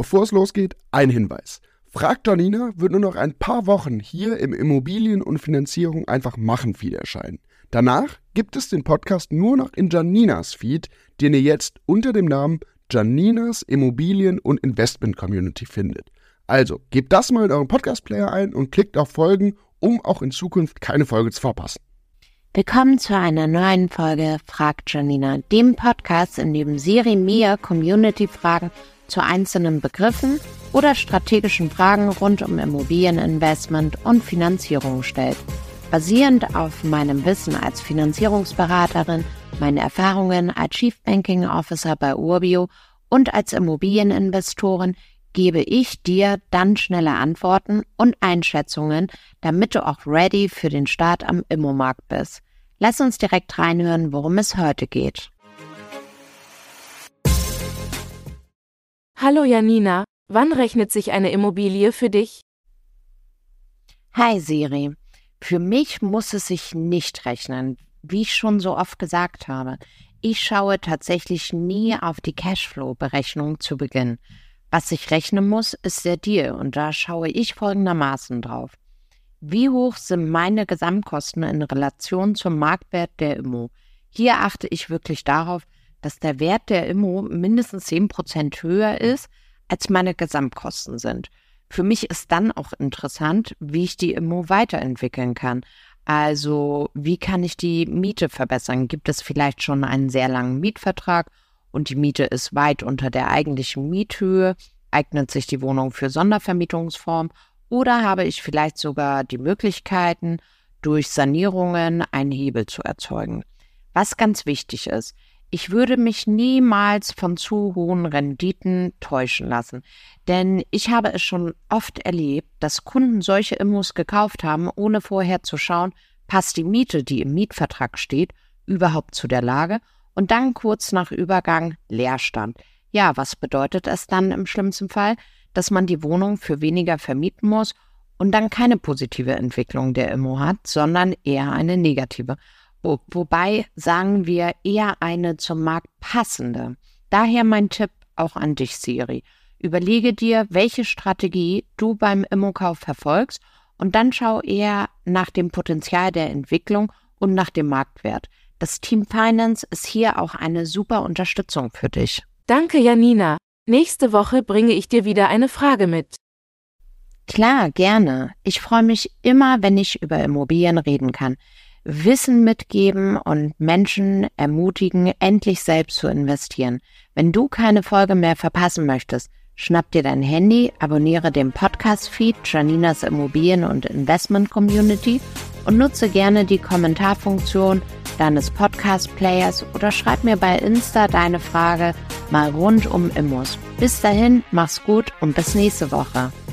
Bevor es losgeht, ein Hinweis. Frag Janina wird nur noch ein paar Wochen hier im Immobilien- und Finanzierung einfach machen Feed erscheinen. Danach gibt es den Podcast nur noch in Janinas Feed, den ihr jetzt unter dem Namen Janinas Immobilien- und Investment Community findet. Also gebt das mal in euren Podcast-Player ein und klickt auf Folgen, um auch in Zukunft keine Folge zu verpassen. Willkommen zu einer neuen Folge Fragt Janina, dem Podcast, in dem Siri mir Community-Fragen zu einzelnen Begriffen oder strategischen Fragen rund um Immobilieninvestment und Finanzierung stellt. Basierend auf meinem Wissen als Finanzierungsberaterin, meinen Erfahrungen als Chief Banking Officer bei Urbio und als Immobilieninvestorin gebe ich dir dann schnelle Antworten und Einschätzungen, damit du auch ready für den Start am Immomarkt bist. Lass uns direkt reinhören, worum es heute geht. Hallo Janina, wann rechnet sich eine Immobilie für dich? Hi Siri, für mich muss es sich nicht rechnen, wie ich schon so oft gesagt habe. Ich schaue tatsächlich nie auf die Cashflow-Berechnung zu Beginn. Was ich rechnen muss, ist der Deal und da schaue ich folgendermaßen drauf. Wie hoch sind meine Gesamtkosten in Relation zum Marktwert der Immo? Hier achte ich wirklich darauf, dass der Wert der Immo mindestens 10% höher ist, als meine Gesamtkosten sind. Für mich ist dann auch interessant, wie ich die Immo weiterentwickeln kann. Also, wie kann ich die Miete verbessern? Gibt es vielleicht schon einen sehr langen Mietvertrag und die Miete ist weit unter der eigentlichen Miethöhe? Eignet sich die Wohnung für Sondervermietungsform? Oder habe ich vielleicht sogar die Möglichkeiten, durch Sanierungen einen Hebel zu erzeugen? Was ganz wichtig ist, ich würde mich niemals von zu hohen Renditen täuschen lassen, denn ich habe es schon oft erlebt, dass Kunden solche Immos gekauft haben, ohne vorher zu schauen, passt die Miete, die im Mietvertrag steht, überhaupt zu der Lage und dann kurz nach Übergang Leerstand. Ja, was bedeutet es dann im schlimmsten Fall? Dass man die Wohnung für weniger vermieten muss und dann keine positive Entwicklung der Immo hat, sondern eher eine negative. Wobei sagen wir eher eine zum Markt passende. Daher mein Tipp auch an dich, Siri. Überlege dir, welche Strategie du beim Immokauf verfolgst und dann schau eher nach dem Potenzial der Entwicklung und nach dem Marktwert. Das Team Finance ist hier auch eine super Unterstützung für dich. Danke Janina. Nächste Woche bringe ich dir wieder eine Frage mit. Klar, gerne. Ich freue mich immer, wenn ich über Immobilien reden kann. Wissen mitgeben und Menschen ermutigen, endlich selbst zu investieren. Wenn du keine Folge mehr verpassen möchtest, schnapp dir dein Handy, abonniere den Podcast-Feed Janinas Immobilien- und Investment Community und nutze gerne die Kommentarfunktion deines Podcast-Players oder schreib mir bei Insta deine Frage mal rund um Immos. Bis dahin, mach's gut und bis nächste Woche.